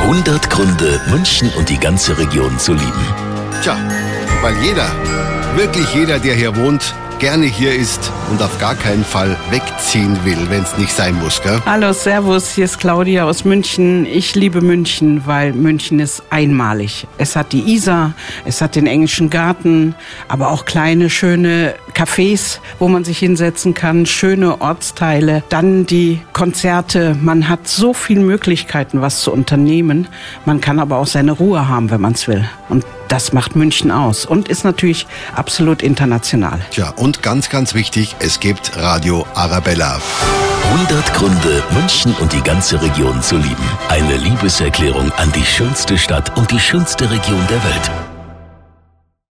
100 Gründe, München und die ganze Region zu lieben. Tja, weil jeder, wirklich jeder, der hier wohnt, gerne hier ist und auf gar keinen Fall wegziehen will, wenn es nicht sein muss, gell? Hallo, servus, hier ist Claudia aus München. Ich liebe München, weil München ist einmalig. Es hat die Isar, es hat den Englischen Garten, aber auch kleine, schöne Cafés, wo man sich hinsetzen kann, schöne Ortsteile, dann die Konzerte. Man hat so viele Möglichkeiten, was zu unternehmen. Man kann aber auch seine Ruhe haben, wenn man es will. Und das macht München aus und ist natürlich absolut international. Tja, und ganz, ganz wichtig, es gibt Radio Arabella. 100 Gründe, München und die ganze Region zu lieben. Eine Liebeserklärung an die schönste Stadt und die schönste Region der Welt.